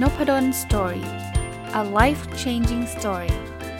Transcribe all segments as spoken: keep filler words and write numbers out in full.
Noppadan Story. A life-changing story.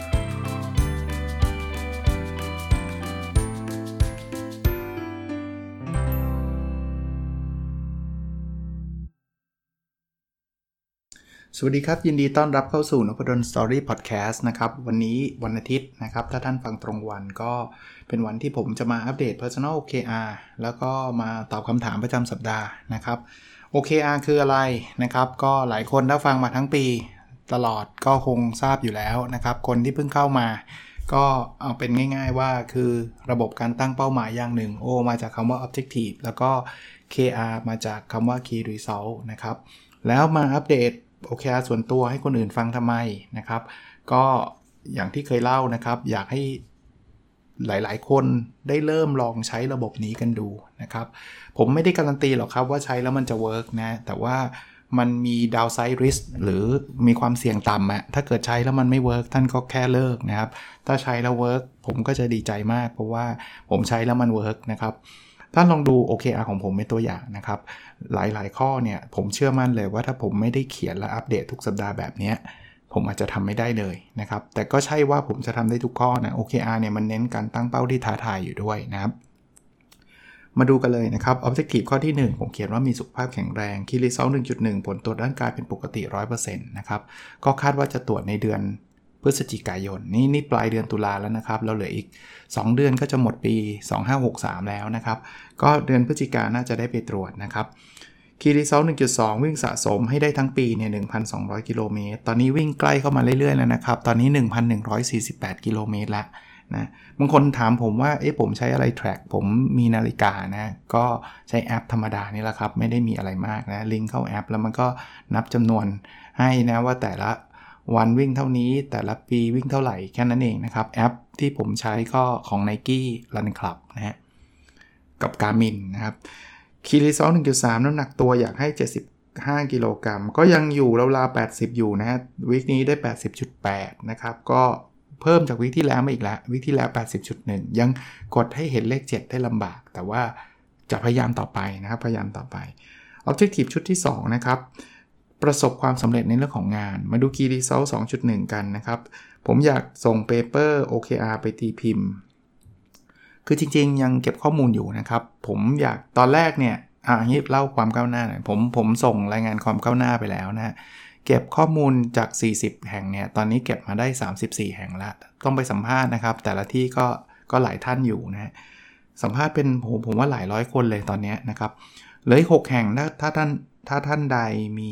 สวัสดีครับยินดีต้อนรับเข้าสู่ Noppadan Story Podcast นะครับวันนี้วันอาทิตย์นะครับถ้าท่านฟังตรงวันก็เป็นวันที่ผมจะมาอัปเดต Personal โอ เค อาร์ แล้วก็มาตอบคำถามประจำสัปดาห์นะครับ โอ เค อาร์ คืออะไรนะครับก็หลายคนถ้าฟังมาทั้งปีตลอดก็คงทราบอยู่แล้วนะครับคนที่เพิ่งเข้ามาก็เอาเป็นง่ายๆว่าคือระบบการตั้งเป้าหมายอย่างหนึ่ง O มาจากคำว่า Objective แล้วก็ เค อาร์ มาจากคำว่า Key Result นะครับแล้วมาอัปเดตโอ เค อาร์ ส่วนตัวให้คนอื่นฟังทำไมนะครับก็อย่างที่เคยเล่านะครับอยากให้หลายๆคนได้เริ่มลองใช้ระบบนี้กันดูนะครับผมไม่ได้การันตีหรอกครับว่าใช้แล้วมันจะเวิร์กนะแต่ว่ามันมี downside risk หรือมีความเสี่ยงต่ำอะถ้าเกิดใช้แล้วมันไม่เวิร์กท่านก็แค่เลิกนะครับถ้าใช้แล้วเวิร์กผมก็จะดีใจมากเพราะว่าผมใช้แล้วมันเวิร์กนะครับท่านลองดู โอ เค อาร์ ของผมเป็นตัวอย่างนะครับหลายๆข้อเนี่ยผมเชื่อมั่นเลยว่าถ้าผมไม่ได้เขียนและอัปเดตทุกสัปดาห์แบบนี้ผมอาจจะทำไม่ได้เลยนะครับแต่ก็ใช่ว่าผมจะทำได้ทุกข้อนะ โอ เค อาร์ เนี่ยมันเน้นการตั้งเป้าที่ท้าทายอยู่ด้วยนะครับมาดูกันเลยนะครับ Objective ข้อที่หนึ่งผมเขียนว่ามีสุขภาพแข็งแรง Key Result หนึ่งจุดหนึ่ง ผลตรวจร่างกายเป็นปกติ ร้อยเปอร์เซ็นต์ นะครับก็คาดว่าจะตรวจในเดือนพฤศจิกายนนี่นี่ปลายเดือนตุลาแล้วนะครับเราเหลืออีกสองเดือนก็จะหมดปีสองพันห้าร้อยหกสิบสามแล้วนะครับก็เดือนพฤศจิกายนน่าจะได้ไปตรวจนะครับ Key Result หนึ่งจุดสอง วิ่งสะสมให้ได้ทั้งปีเนี่ย หนึ่งพันสองร้อย กิโลเมตรตอนนี้วิ่งใกล้เข้ามาเรื่อยๆแล้วนะครับตอนนี้ หนึ่งพันหนึ่งร้อยสี่สิบแปด กิโลเมตรแล้วนะบางคนถามผมว่าเอ๊ะผมใช้อะไร track ผมมีนาฬิกานะก็ใช้แอปธรรมดานี่แหละครับไม่ได้มีอะไรมากนะลิงก์เข้าแอปแล้วมันก็นับจำนวนให้นะว่าแต่ละวันวิ่งเท่านี้แต่ละปีวิ่งเท่าไหร่แค่นั้นเองนะครับแอปที่ผมใช้ก็ของ Nike Run Club นะฮะกับ Garmin นะครับ Key Result หนึ่งจุดสาม น้ำหนักตัวอยากให้เจ็ดสิบห้ากิโลกรัมก็ยังอยู่ราวๆแปดสิบอยู่นะฮะวีคนี้ได้ แปดสิบจุดแปด นะครับก็เพิ่มจากวีคที่แล้วมาอีกแล้ววีคที่แล้ว แปดสิบจุดหนึ่ง ยังกดให้เห็นเลขเจ็ดได้ลำบากแต่ว่าจะพยายามต่อไปนะครับพยายามต่อไป Objective ชุดที่สองนะครับประสบความสำเร็จในเรื่องของงานมาดู Key Result สองจุดหนึ่ง กันนะครับผมอยากส่งเปเปอร์ โอ เค อาร์ ไปตีพิมพ์คือจริงๆยังเก็บข้อมูลอยู่นะครับผมอยากตอนแรกเนี่ยอ่ะงี้เล่าความก้าวหน้าหน่อยผมผมส่งรายงานความก้าวหน้าไปแล้วนะเก็บข้อมูลจากสี่สิบแห่งเนี่ยตอนนี้เก็บมาได้สามสิบสี่แห่งแล้วต้องไปสัมภาษณ์นะครับแต่ละที่ก็ก็หลายท่านอยู่นะสัมภาษณ์เป็นผมผมว่าหลายร้อยคนเลยตอนนี้นะครับเหลืออีกหกแห่งถ้าถ้าท่านถ้าท่านใดมี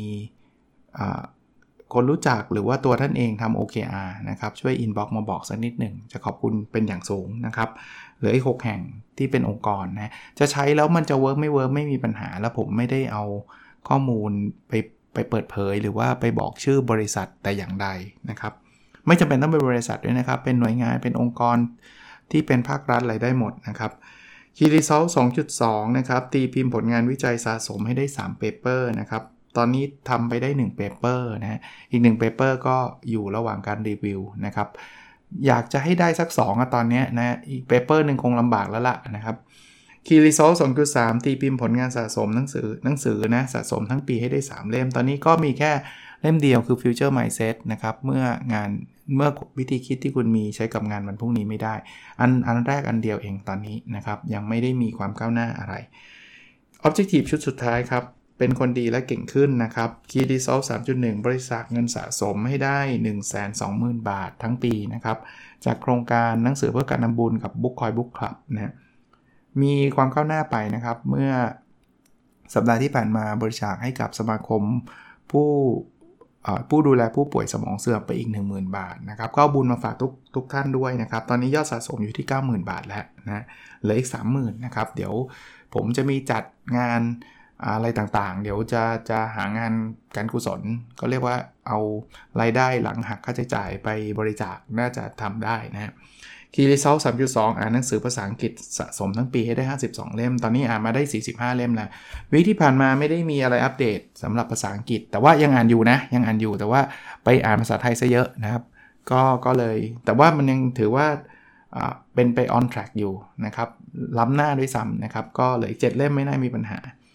คนรู้จักหรือว่าตัวท่านเองทำ โอ เค อาร์ นะครับช่วยอินบ็อกซ์มาบอกสักนิดหนึ่งจะขอบคุณเป็นอย่างสูงนะครับเหลืออีกหกแห่งที่เป็นองค์กรนะจะใช้แล้วมันจะเวิร์กไม่เวิร์กไม่มีปัญหาแล้วผมไม่ได้เอาข้อมูลไปไปเปิดเผยหรือว่าไปบอกชื่อบริษัทแต่อย่างใดนะครับไม่จำเป็นต้องเป็นบริษัทด้วยนะครับเป็นหน่วยงานเป็นองค์กรที่เป็นภาครัฐอะไรได้หมดนะครับ Key Result สองจุดสอง นะครับตีพิมพ์ผลงานวิจัยสะสมให้ได้สามเปเปอร์นะครับตอนนี้ทำไปได้หนึ่งเปเปอร์นะอีกหนึ่งเปเปอร์ก็อยู่ระหว่างการรีวิวนะครับอยากจะให้ได้สักสองอ่ะตอนนี้นะอีกเปเปอร์นึงคงลำบากแล้วล่ะนะครับ Key Result สองจุดสาม ตีพิมพ์ผลงานสะสมหนังสือหนังสือนะสะสมทั้งปีให้ได้สามเล่มตอนนี้ก็มีแค่เล่มเดียวคือ Future Mindset นะครับเมื่องานเมื่อวิธีคิดที่คุณมีใช้กับงานวันพรุ่งนี้ไม่ได้อันอันแรกอันเดียวเองตอนนี้นะครับยังไม่ได้มีความก้าวหน้าอะไร Objective ชุดสุดท้ายครับเป็นคนดีและเก่งขึ้นนะครับ Key Result สามจุดหนึ่ง บริจาคเงินสะสมให้ได้ หนึ่งแสนสองหมื่น บาททั้งปีนะครับจากโครงการหนังสือเพื่อการทำบุญกับ Book Coin Book Club นะมีความก้าวหน้าไปนะครับเมื่อสัปดาห์ที่ผ่านมาบริจาคให้กับสมาคมผู้ผู้ดูแลผู้ป่วยสมองเสื่อมไปอีก หนึ่งหมื่น บาทนะครับก็บุญมาฝากทุกทุกท่านด้วยนะครับตอนนี้ยอดสะสมอยู่ที่ เก้าหมื่น บาทแล้วนะเหลืออีก สามหมื่น นะครับเดี๋ยวผมจะมีจัดงานอะไรต่างๆเดี๋ยวจะจะหางานการกุศลก็เรียกว่าเอารายได้หลังหักค่าใช้จ่ายไปบริจาคน่าจะทำได้นะ Key Result สามจุดสอง อ่านหนังสือภาษาอังกฤษสะสมทั้งปีให้ได้ห้าสิบสองเล่มตอนนี้อ่านมาได้สี่สิบห้าเล่มแล้ววีคที่ผ่านมาไม่ได้มีอะไรอัปเดตสำหรับภาษาอังกฤษแต่ว่ายังอ่านอยู่นะยังอ่านอยู่แต่ว่าไปอ่านภาษาไทยซะเยอะนะครับก็ก็เลยแต่ว่ามันยังถือว่าเป็นไป on track อยู่นะครับล้ำหน้าด้วยซ้ำนะครับก็เหลืออีกเจ็ดเล่มไม่น่ามีปัญหา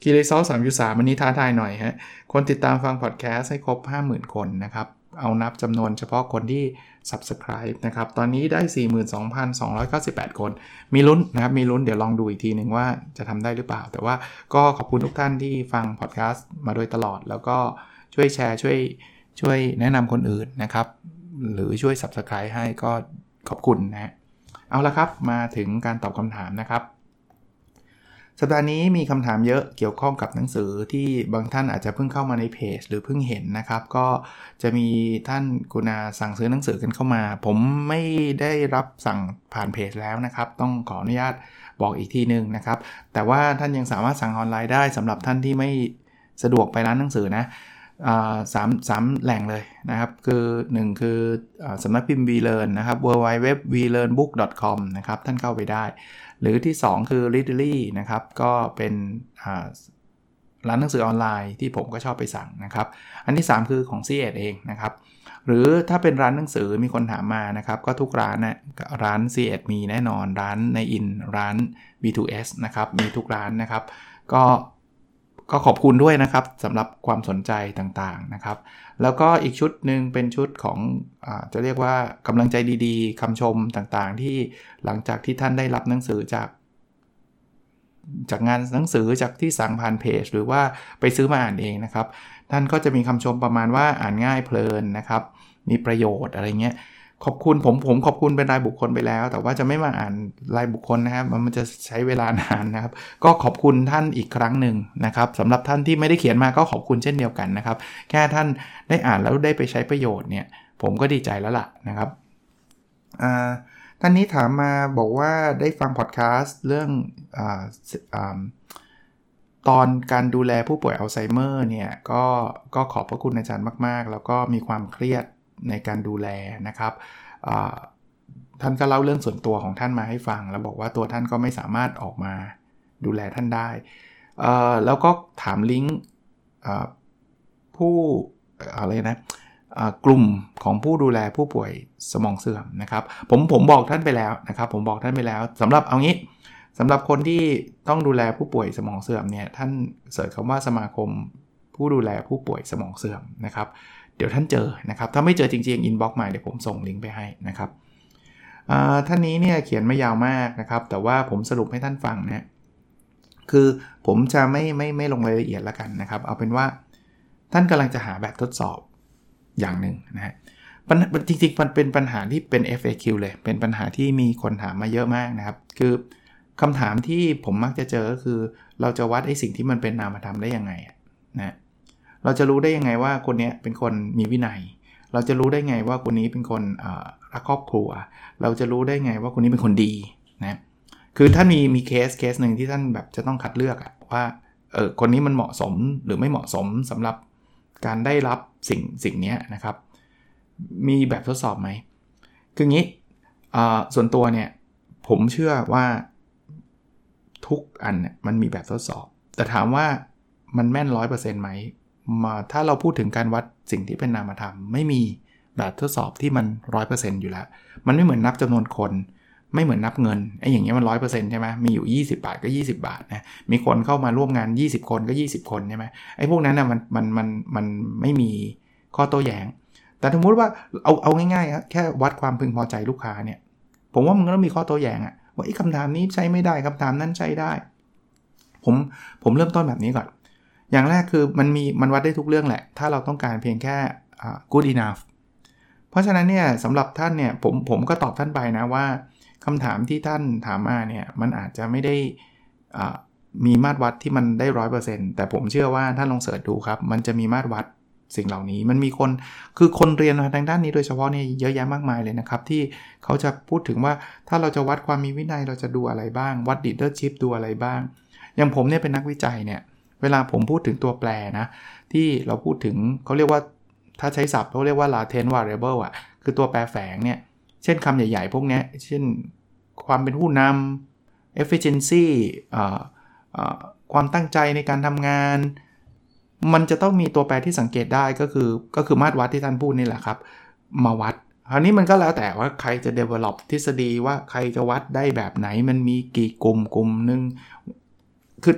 Key Result สามจุดสาม อันนี้ท้าทายหน่อยฮะคนติดตามฟังพอดแคสต์ให้ครบ ห้าหมื่น คนนะครับเอานับจำนวนเฉพาะคนที่ Subscribe นะครับตอนนี้ได้ สี่หมื่นสองพันสองร้อยเก้าสิบแปด คนมีลุ้นนะครับมีลุ้นเดี๋ยวลองดูอีกทีนึงว่าจะทำได้หรือเปล่าแต่ว่าก็ขอบคุณทุกท่านที่ฟังพอดแคสต์มาโดยตลอดแล้วก็ช่วยแชร์ช่วยช่วยแนะนำคนอื่นนะครับหรือช่วย Subscribe ให้ก็ขอบคุณนะเอาละครับมาถึงการตอบคำถามนะครับสัปดาห์นี้มีคำถามเยอะเกี่ยวข้องกับหนังสือที่บางท่านอาจจะเพิ่งเข้ามาในเพจหรือเพิ่งเห็นนะครับก็จะมีท่านกรุณาสั่งซื้อหนังสือกันเข้ามาผมไม่ได้รับสั่งผ่านเพจแล้วนะครับต้องขออนุญาตบอกอีกทีนึงนะครับแต่ว่าท่านยังสามารถสั่งออนไลน์ได้สำหรับท่านที่ไม่สะดวกไปร้านหนังสือนะสาม สามแหล่งเลยนะครับคือหนึ่งคือสำนักพิมพ์ VLearn นะครับ ดับเบิลยู ดับเบิลยู ดับเบิลยู ดอท วี เลอร์น บุ๊ก ดอท คอม นะครับท่านเข้าไปได้หรือที่สองคือ Readly นะครับก็เป็นร้านหนังสือออนไลน์ที่ผมก็ชอบไปสั่งนะครับอันที่สามคือของ ซี เอ เองนะครับหรือถ้าเป็นร้านหนังสือมีคนถามมานะครับก็ทุกร้านนะร้าน ซี เอ มีแน่นอนร้านในอินร้าน บี ทู เอส นะครับมีทุกร้านนะครับก็ก็ขอบคุณด้วยนะครับสำหรับความสนใจต่างๆนะครับแล้วก็อีกชุดหนึ่งเป็นชุดของอ่าจะเรียกว่ากำลังใจดีๆคำชมต่างๆที่หลังจากที่ท่านได้รับหนังสือจากจากงานหนังสือจากที่สั่งผ่านเพจหรือว่าไปซื้อมาอ่านเองนะครับท่านก็จะมีคำชมประมาณว่าอ่านง่ายเพลินนะครับมีประโยชน์อะไรเงี้ยขอบคุณผมผมขอบคุณเป็นรายบุคคลไปแล้วแต่ว่าจะไม่มาอ่านรายบุคคลนะครับมันจะใช้เวลานานนะครับก็ขอบคุณท่านอีกครั้งหนึ่งนะครับสำหรับท่านที่ไม่ได้เขียนมาก็ขอบคุณเช่นเดียวกันนะครับแค่ท่านได้อ่านแล้วได้ไปใช้ประโยชน์เนี่ยผมก็ดีใจแล้วล่ะนะครับอ่าท่านนี้ถามมาบอกว่าได้ฟังพอดแคสต์เรื่องอ่าอ่าตอนการดูแลผู้ป่วยอัลไซเมอร์เนี่ยก็ก็ขอบพระคุณอาจารย์มากๆแล้วก็มีความเครียดในการดูแลนะครับท่านก็เล่าเรื่องส่วนตัวของท่านมาให้ฟังแล้วบอกว่าตัวท่านก็ไม่สามารถออกมาดูแลท่านได้แล้วก็ถามลิงก์ผู้อะไรนะกลุ่มของผู้ดูแลผู้ป่วยสมองเสื่อมนะครับผมผมบอกท่านไปแล้วนะครับผมบอกท่านไปแล้วสำหรับเอางี้สำหรับคนที่ต้องดูแลผู้ป่วยสมองเสื่อมเนี่ยท่านเสิร์ชคำว่าสมาคมผู้ดูแลผู้ป่วยสมองเสื่อมนะครับเดี๋ยวท่านเจอนะครับถ้าไม่เจอจริงๆอินบ็อกซ์มาเดี๋ยวผมส่งลิงก์ไปให้นะครับท่านนี้เนี่ยเขียนไม่ยาวมากนะครับแต่ว่าผมสรุปให้ท่านฟังนะคือผมจะไม่ไม่ไม่ลงรายละเอียดแล้วกันนะครับเอาเป็นว่าท่านกำลังจะหาแบบทดสอบอย่างหนึ่งนะฮะจริงๆมันเป็นปัญหาที่เป็น เอฟ เอ คิว เลยเป็นปัญหาที่มีคนถามมาเยอะมากนะครับคือคำถามที่ผมมักจะเจอก็คือเราจะวัดไอ้สิ่งที่มันเป็นนามธรรมได้ยังไงนะเราจะรู้ได้ยังไงว่าคนนี้เป็นคนมีวินัยเราจะรู้ได้ไงว่าคนนี้เป็นคนรักครอบครัวเราจะรู้ได้ไงว่าคนนี้เป็นคนดีนะคือท่านมีมีเคสเคสหนึ่งที่ท่านแบบจะต้องคัดเลือกอะว่าเออคนนี้มันเหมาะสมหรือไม่เหมาะสมสำหรับการได้รับสิ่งสิ่งนี้นะครับมีแบบทดสอบไหมคืองี้ส่วนตัวเนี่ยผมเชื่อว่าทุกอันเนี่ยมันมีแบบทดสอบแต่ถามว่ามันแม่น ร้อยเปอร์เซ็นต์ ไหมมาถ้าเราพูดถึงการวัดสิ่งที่เป็นนามธรรมไม่มีแบบทดสอบที่มัน ร้อยเปอร์เซ็นต์ อยู่แล้วมันไม่เหมือนนับจำนวนคนไม่เหมือนนับเงินไอ้อย่างเงี้ยมัน ร้อยเปอร์เซ็นต์ ใช่ไหมมีอยู่ยี่สิบบาทก็ยี่สิบบาทนะมีคนเข้ามาร่วมงานยี่สิบคนก็ยี่สิบคนใช่ไหมไอ้พวกนั้นน่ะมันมันมันมันไม่มีข้อโต้แย้งแต่สมมติว่าเอาเอาง่ายๆครับแค่วัดความพึงพอใจลูกค้าเนี่ยผมว่ามันก็ต้องมีข้อโต้แย้งอะว่าไอ้คำถามนี้ใช้ไม่ได้คำถามนั้นใช้ได้ผมผมเริ่มต้นแบบนี้ก่อนอย่างแรกคือมันมีมันวัดได้ทุกเรื่องแหละถ้าเราต้องการเพียงแค่ uh, good enough เพราะฉะนั้นเนี่ยสำหรับท่านเนี่ยผมผมก็ตอบท่านไปนะว่าคำถามที่ท่านถามมาเนี่ยมันอาจจะไม่ได้ uh, มีมาตรวัดที่มันได้ ร้อยเปอร์เซ็นต์ แต่ผมเชื่อว่าท่านลองเสิร์ชดูครับมันจะมีมาตรวัดสิ่งเหล่านี้มันมีคนคือคนเรียนทางด้านนี้โดยเฉพาะเนี่ยเยอะแยะมากมายเลยนะครับที่เขาจะพูดถึงว่าถ้าเราจะวัดความมีวินัยเราจะดูอะไรบ้างวัด leadership ดูอะไรบ้างอย่างผมเนี่ยเป็นนักวิจัยเนี่ยเวลาผมพูดถึงตัวแปรนะที่เราพูดถึงเขาเรียกว่าถ้าใช้ศัพท์เขาเรียกว่า latent variable อ่ะคือตัวแปรแฝงเนี่ยเช่นคำใหญ่ๆพวกนี้เช่นความเป็นผู้นำ efficiency อ่าอ่าความตั้งใจในการทำงานมันจะต้องมีตัวแปรที่สังเกตได้ก็คือก็คือมาตรวัดที่ท่านพูดนี่แหละครับมาวัดคราวนี้มันก็แล้วแต่ว่าใครจะ develop ทฤษฎีว่าใครจะวัดได้แบบไหนมันมีกี่กลุ่มกลุ่มนึงคือ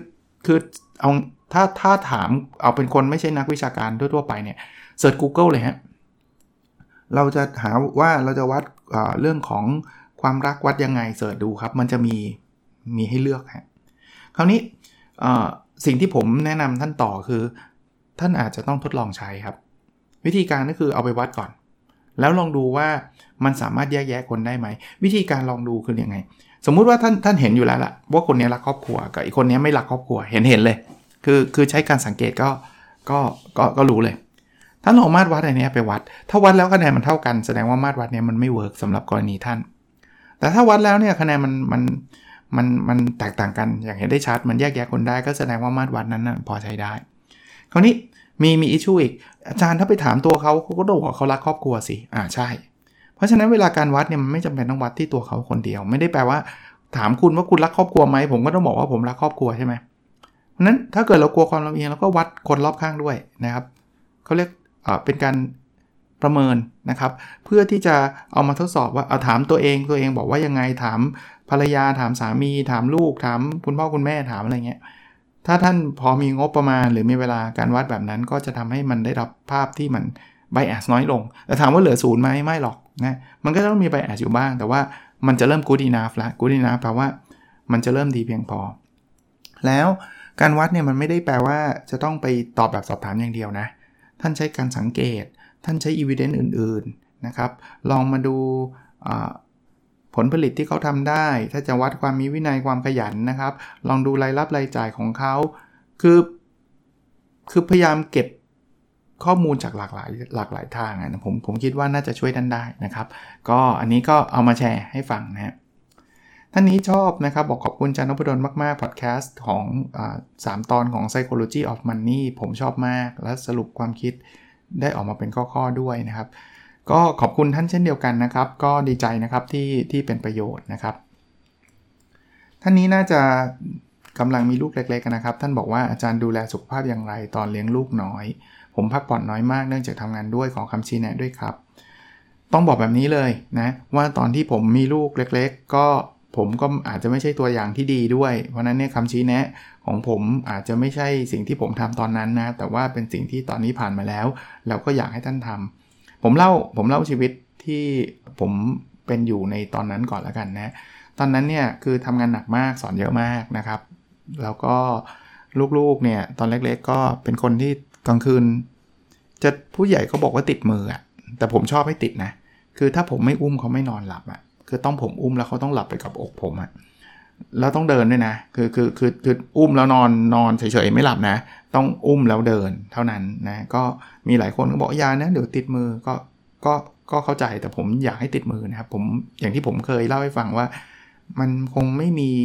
คือเอาถ้าถ้าถามเอาเป็นคนไม่ใช่นักวิชาการทั่วๆไปเนี่ยเสิร์ช Google เลยฮะเราจะหาว่าเราจะวัดเรื่องของความรักวัดยังไงเสิร์ชดูครับมันจะมีมีให้เลือกฮะคราวนี้สิ่งที่ผมแนะนำท่านต่อคือท่านอาจจะต้องทดลองใช้ครับวิธีการก็คือเอาไปวัดก่อนแล้วลองดูว่ามันสามารถแยกแยะคนได้ไหมวิธีการลองดูคือยังไงสมมุติว่าท่านท่านเห็นอยู่แล้วล่ะว่าคนนี้รักครอบครัวกับอีกคนนี้ไม่รักครอบครัวเห็นเห็นเลยคือคือใช้การสังเกตก็ก็ก็ก็รู้เลยท่านลองมาตรวัดอะไรเนี้ยไปวัดถ้าวัดแล้วคะแนนมันเท่ากันแสดงว่ามาตรวัดเนี้ยมันไม่เวิร์กสำหรับกรณีท่านแต่ถ้าวัดแล้วเนี่ยคะแนนมันมันมันมันแตกต่างกันอย่างเห็นได้ชัดมันแยกแยะคนได้ก็แสดงว่ามาตรวัดนั้นน่ะพอใช้ได้คราวนี้มีมีอิชชูอีกอาจารย์ถ้าไปถามตัวเขาเขาก็บอกว่าเขารักครอบครัวสิอ่าใช่เพราะฉะนั้นเวลาการวัดเนี่ยมันไม่จำเป็นต้องวัดที่ตัวเขาคนเดียวไม่ได้แปลว่าถามคุณว่าคุณรักครอบครัวไหมผมก็ต้องบอกว่าผมรักครอบครัวใช่ไหมเพราะนั้นถ้าเกิดเรากลัวความลำเอียงเราก็วัดคนรอบข้างด้วยนะครับเขาเรียกอ่าเป็นการประเมินนะครับเพื่อที่จะเอามาทดสอบว่าเอาถามตัวเองตัวเองบอกว่ายังไงถามภรรยาถามสามีถามลูกถามคุณพ่อคุณแม่ถามอะไรเงี้ยถ้าท่านพอมีงบประมาณหรือมีเวลาการวัดแบบนั้นก็จะทำให้มันได้รับภาพที่มัน bias น้อยลงแต่ถามว่าเหลือศูนย์ไหมไม่หรอกนะมันก็ต้องมี bias อยู่บ้างแต่ว่ามันจะเริ่ม good enough แล้ว good enough แปลว่ามันจะเริ่มดีเพียงพอแล้วการวัดเนี่ยมันไม่ได้แปลว่าจะต้องไปตอบแบบสอบถามอย่างเดียวนะท่านใช้การสังเกตท่านใช้ evidence อื่นๆนะครับลองมาดูผลผลิตที่เขาทำได้ถ้าจะวัดความมีวินัยความขยันนะครับลองดูรายรับรายจ่ายของเขาคือคือพยายามเก็บข้อมูลจากหลากหลายหลากหลายทางนะผมผมคิดว่าน่าจะช่วยท่านได้นะครับก็อันนี้ก็เอามาแชร์ให้ฟังนะท่านนี้ชอบนะครับบอกขอบคุณอาจารย์นพดลมากๆพอดแคสต์ของอ่าสามตอนของ Psychology of Money ผมชอบมากและสรุปความคิดได้ออกมาเป็นข้อๆด้วยนะครับก็ขอบคุณท่านเช่นเดียวกันนะครับก็ดีใจนะครับที่ที่เป็นประโยชน์นะครับท่านนี้น่าจะกำลังมีลูกเล็กๆนะครับท่านบอกว่าอาจารย์ดูแลสุขภาพอย่างไรตอนเลี้ยงลูกน้อยผมพักผ่อนน้อยมากเนื่องจากทำงานด้วยขอคำชี้แนะด้วยครับต้องบอกแบบนี้เลยนะว่าตอนที่ผมมีลูกเล็กๆก็ผมก็อาจจะไม่ใช่ตัวอย่างที่ดีด้วยเพราะนั้นเนี่ยคำชี้แนะของผมอาจจะไม่ใช่สิ่งที่ผมทำตอนนั้นนะแต่ว่าเป็นสิ่งที่ตอนนี้ผ่านมาแล้วเราก็อยากให้ท่านทำผมเล่าผมเล่าชีวิตที่ผมเป็นอยู่ในตอนนั้นก่อนแล้วกันนะตอนนั้นเนี่ยคือทำงานหนักมากสอนเยอะมากนะครับแล้วก็ลูกๆเนี่ยตอนเล็กๆก็เป็นคนที่กลางคืนจะผู้ใหญ่เขาบอกว่าติดมืออ่ะแต่ผมชอบให้ติดนะคือถ้าผมไม่อุ้มเขาไม่นอนหลับอ่ะคือต้องผมอุ้มแล้วเขาต้องหลับไปกับอกผมอ่ะแล้วต้องเดินด้วยนะคือคือคือคืออุ้มแล้วนอนนอนเฉยๆไม่หลับนะต้องอุ้มแล้วเดินเท่านั้นนะก็มีหลายคนก็บอกอย่านะเดี๋ยวติดมือก็ก็ก็เข้าใจแต่ผมอยากให้ติดมือนะครับผมอย่างที่ผมเคยเล่าให้ฟังว่ามันคงไม่มี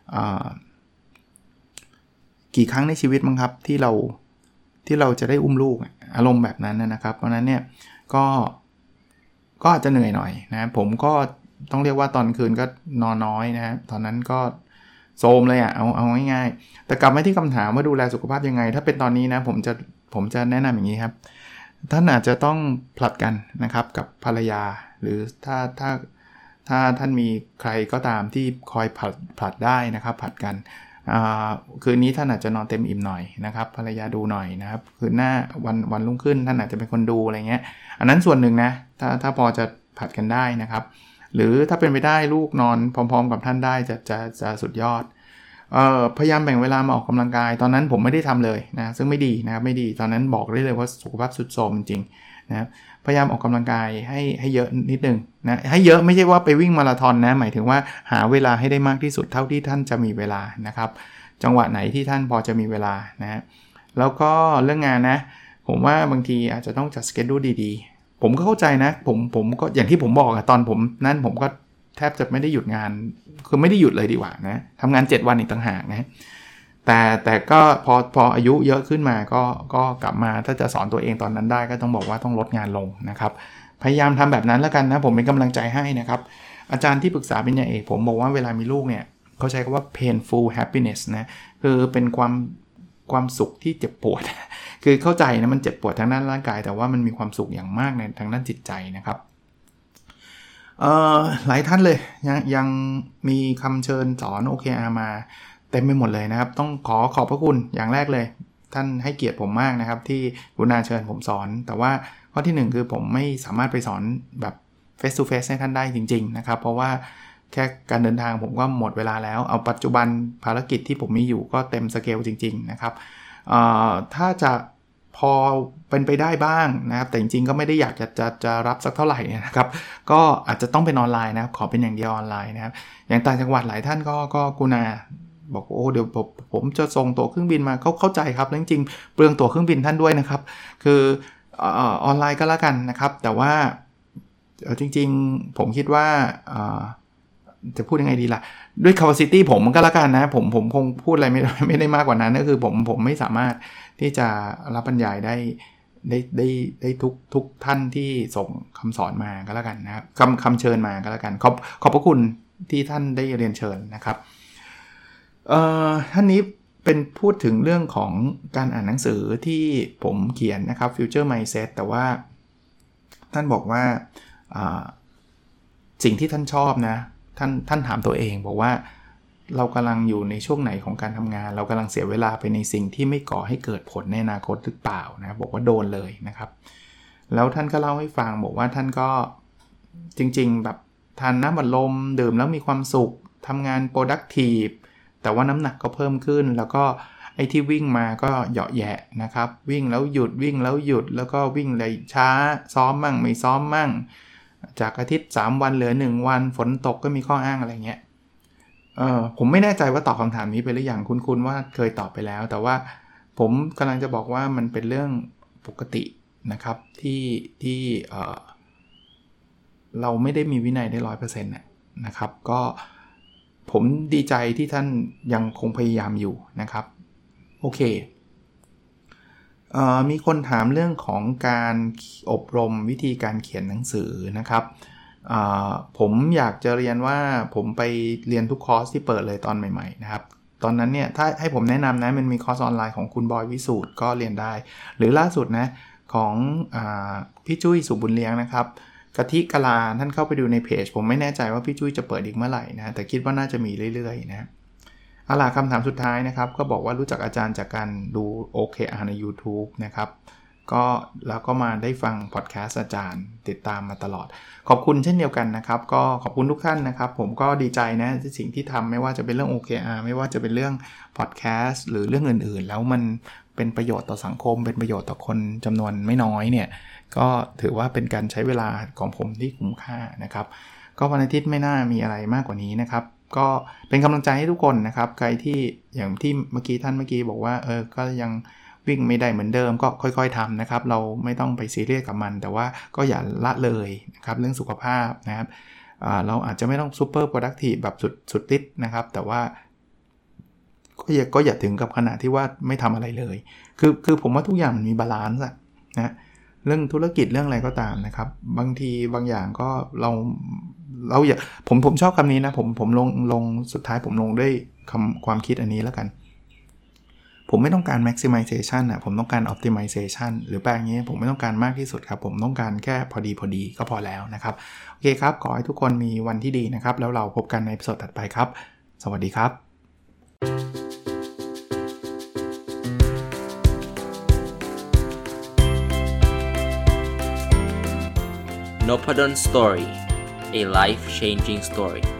กี่ครั้งในชีวิตมั้งครับที่เราที่เราจะได้อุ้มลูกอารมณ์แบบนั้นนะครับเพราะนั้นเนี่ยก็ก็อาจจะเหนื่อยหน่อยนะผมก็ต้องเรียกว่าตอนคืนก็นอนน้อยนะตอนนั้นก็โซมเลยอ่ะเอาเอาง่ายๆแต่กลับมาที่คำถามว่าดูแลสุขภาพยังไงถ้าเป็นตอนนี้นะผมจะผมจะแนะนำอย่างนี้ครับท่านอาจจะต้องผลัดกันนะครับกับภรรยาหรือถ้าถ้าถ้าท่านมีใครก็ตามที่คอยผลัดผลัดได้นะครับผลัดกันคืนนี้ท่านอาจจะนอนเต็มอิ่มหน่อยนะครับภรรยาดูหน่อยนะครับคืนหน้าวันวันรุ่งขึ้นท่านอาจจะเป็นคนดูอะไรเงี้ยอันนั้นส่วนหนึ่งนะถ้าถ้าพอจะผัดกันได้นะครับหรือถ้าเป็นไปได้ลูกนอนพร้อมๆกับท่านได้จะจะจะสุดยอดเอ่อพยายามแบ่งเวลามาออกกำลังกายตอนนั้นผมไม่ได้ทำเลยนะซึ่งไม่ดีนะครับไม่ดีตอนนั้นบอกได้เลยว่าสุขภาพทรุดโทรมจริงๆนะพยายามออกกำลังกายให้ให้เยอะนิดนึงนะให้เยอะไม่ใช่ว่าไปวิ่งมาราธอนนะหมายถึงว่าหาเวลาให้ได้มากที่สุดเท่าที่ท่านจะมีเวลานะครับจังหวะไหนที่ท่านพอจะมีเวลานะแล้วก็เรื่องงานนะผมว่าบางทีอาจจะต้องจัดสเกดูลดีๆผมก็เข้าใจนะผมผมก็อย่างที่ผมบอกอะตอนผมนั่นผมก็แทบจะไม่ได้หยุดงานคือไม่ได้หยุดเลยดีกว่านะทำงานเจ็ดวันอีกต่างหากนะแต่แต่ก็พอพออายุเยอะขึ้นมาก็ก็กลับมาถ้าจะสอนตัวเองตอนนั้นได้ก็ต้องบอกว่าต้องลดงานลงนะครับพยายามทำแบบนั้นแล้วกันนะผมเป็นกำลังใจให้นะครับอาจารย์ที่ปรึกษาปริญญาเอกผมบอกว่าเวลามีลูกเนี่ยเขาใช้คำว่า painful happiness นะคือเป็นความความสุขที่เจ็บปวดคือเข้าใจนะมันเจ็บปวดทางด้านร่างกายแต่ว่ามันมีความสุขอย่างมากในทางด้านจิตใจนะครับเอ่อหลายท่านเลยยังยังมีคำเชิญสอน โอ เค อาร์ มาเต็มไปหมดเลยนะครับต้องขอขอบพระคุณอย่างแรกเลยท่านให้เกียรติผมมากนะครับที่กรุณาเชิญผมสอนแต่ว่าข้อที่หนึ่งคือผมไม่สามารถไปสอนแบบ face to face ให้ท่านได้จริงๆนะครับเพราะว่าแค่การเดินทางผมก็หมดเวลาแล้วเอาปัจจุบันภารกิจที่ผมมีอยู่ก็เต็มสเกลจริงๆนะครับถ้าจะพอเป็นไปได้บ้างนะครับแต่จริงๆก็ไม่ได้อยากจะจะจะรับสักเท่าไหร่นะครับก็อาจจะต้องเป็นออนไลน์นะครับขอเป็นอย่างเดียวออนไลน์นะครับอย่างต่างจังหวัดหลายท่านก็ก็กรุณาบอกโอ้เดี๋ยวผมผมจะส่งตั๋วเครื่องบินมาเขาเข้าใจครับจริงๆเปลืองตั๋วเครื่องบินท่านด้วยนะครับคือออนไลน์ก็แล้วกันนะครับแต่ว่าจริงๆผมคิดว่าจะพูดยังไงดีล่ะด้วย capacity ผมมันก็แล้วกันนะผมผมคงพูดอะไรไม่ไม่ได้มากกว่านั้นก็คือผมผมไม่สามารถที่จะรับบรรยายได้ได้ได้ได้ทุกทุกท่านที่ส่งคำสอนมาก็แล้วกันนะครับคำคำเชิญมาก็แล้วกันขอบขอบพระคุณที่ท่านได้เรียนเชิญนะครับเอ่อท่านนี้เป็นพูดถึงเรื่องของการอ่านหนังสือที่ผมเขียนนะครับ Future Mindset แต่ว่าท่านบอกว่าสิ่งที่ท่านชอบนะท่านท่านถามตัวเองบอกว่าเรากำลังอยู่ในช่วงไหนของการทำงานเรากำลังเสียเวลาไปในสิ่งที่ไม่ก่อให้เกิดผลในอนาคตหรือเปล่านะบอกว่าโดนเลยนะครับแล้วท่านก็เล่าให้ฟังบอกว่าท่านก็จริงๆแบบทานน้ำอัดลมดื่มแล้วมีความสุขทำงาน productive แต่ว่าน้ำหนักก็เพิ่มขึ้นแล้วก็ไอ้ที่วิ่งมาก็เหยาะแยะนะครับวิ่งแล้วหยุดวิ่งแล้วหยุดแล้วก็วิ่งเลยช้าซ้อมมั่งไม่ซ้อมมั่งจากอาทิตย์สามวันเหลือหนึ่งวันฝนตกก็มีข้ออ้างอะไรเงี้ยเออผมไม่แน่ใจว่าตอบคำถามนี้ไปหรือยังคุ้นๆว่าเคยตอบไปแล้วแต่ว่าผมกำลังจะบอกว่ามันเป็นเรื่องปกตินะครับที่ที่เออเราไม่ได้มีวินัยได้ ร้อยเปอร์เซ็นต์ นะครับก็ผมดีใจที่ท่านยังคงพยายามอยู่นะครับโอเคเอ่อมีคนถามเรื่องของการอบรมวิธีการเขียนหนังสือนะครับผมอยากจะเรียนว่าผมไปเรียนทุกคอร์สที่เปิดเลยตอนใหม่ๆนะครับตอนนั้นเนี่ยถ้าให้ผมแนะนำนะมันมีคอร์สออนไลน์ของคุณบอยวิสูตรก็เรียนได้หรือล่าสุดนะของอ่าพี่จุ้ยสุบุญเลี้ยงนะครับกะทิกะลาท่านเข้าไปดูในเพจผมไม่แน่ใจว่าพี่จุ้ยจะเปิดอีกเมื่อไหร่นะแต่คิดว่าน่าจะมีเรื่อยๆนะเอาล่ะคำถามสุดท้ายนะครับก็บอกว่ารู้จักอาจารย์จากการดู โอ เค อาร์ ใน YouTube นะครับก็แล้วก็มาได้ฟังพอดแคสต์อาจารย์ติดตามมาตลอดขอบคุณเช่นเดียวกันนะครับก็ขอบคุณทุกท่านนะครับผมก็ดีใจนะที่สิ่งที่ทำไม่ว่าจะเป็นเรื่อง โอ เค อาร์ ไม่ว่าจะเป็นเรื่องพอดแคสต์หรือเรื่องอื่นๆแล้วมันเป็นประโยชน์ต่อสังคมเป็นประโยชน์ต่อคนจำนวนไม่น้อยเนี่ยก็ถือว่าเป็นการใช้เวลาของผมที่คุ้มค่านะครับก็วันอาทิตย์ไม่น่ามีอะไรมากกว่านี้นะครับก็เป็นกำลังใจให้ทุกคนนะครับใครที่อย่างที่เมื่อกี้ท่านเมื่อกี้บอกว่าเออก็ยังวิ่งไม่ได้เหมือนเดิมก็ค่อยๆทำนะครับเราไม่ต้องไปซีเรียสกับมันแต่ว่าก็อย่าละเลยนะครับเรื่องสุขภาพนะครับเราอาจจะไม่ต้องซูเปอร์โปรดักทีฟแบบสุดสุดฤทธิ์นะครับแต่ว่าก็อย่าก็อย่าถึงกับขนาดที่ว่าไม่ทำอะไรเลยคือคือผมว่าทุกอย่างมันมีบาลานซ์นะเรื่องธุรกิจเรื่องอะไรก็ตามนะครับบางทีบางอย่างก็เราเราอย่าผมผมชอบคำนี้นะผมผมลงลงสุดท้ายผมลงด้วยคำความคิดอันนี้แล้วกันผมไม่ต้องการ maximization นะผมต้องการ optimization หรือแปลงนี้ผมไม่ต้องการมากที่สุดครับผมต้องการแค่พอดีพอดีก็พอแล้วนะครับโอเคครับขอให้ทุกคนมีวันที่ดีนะครับแล้วเราพบกันในตอนถัดไปครับสวัสดีครับ Nopadon Story, a life-changing story.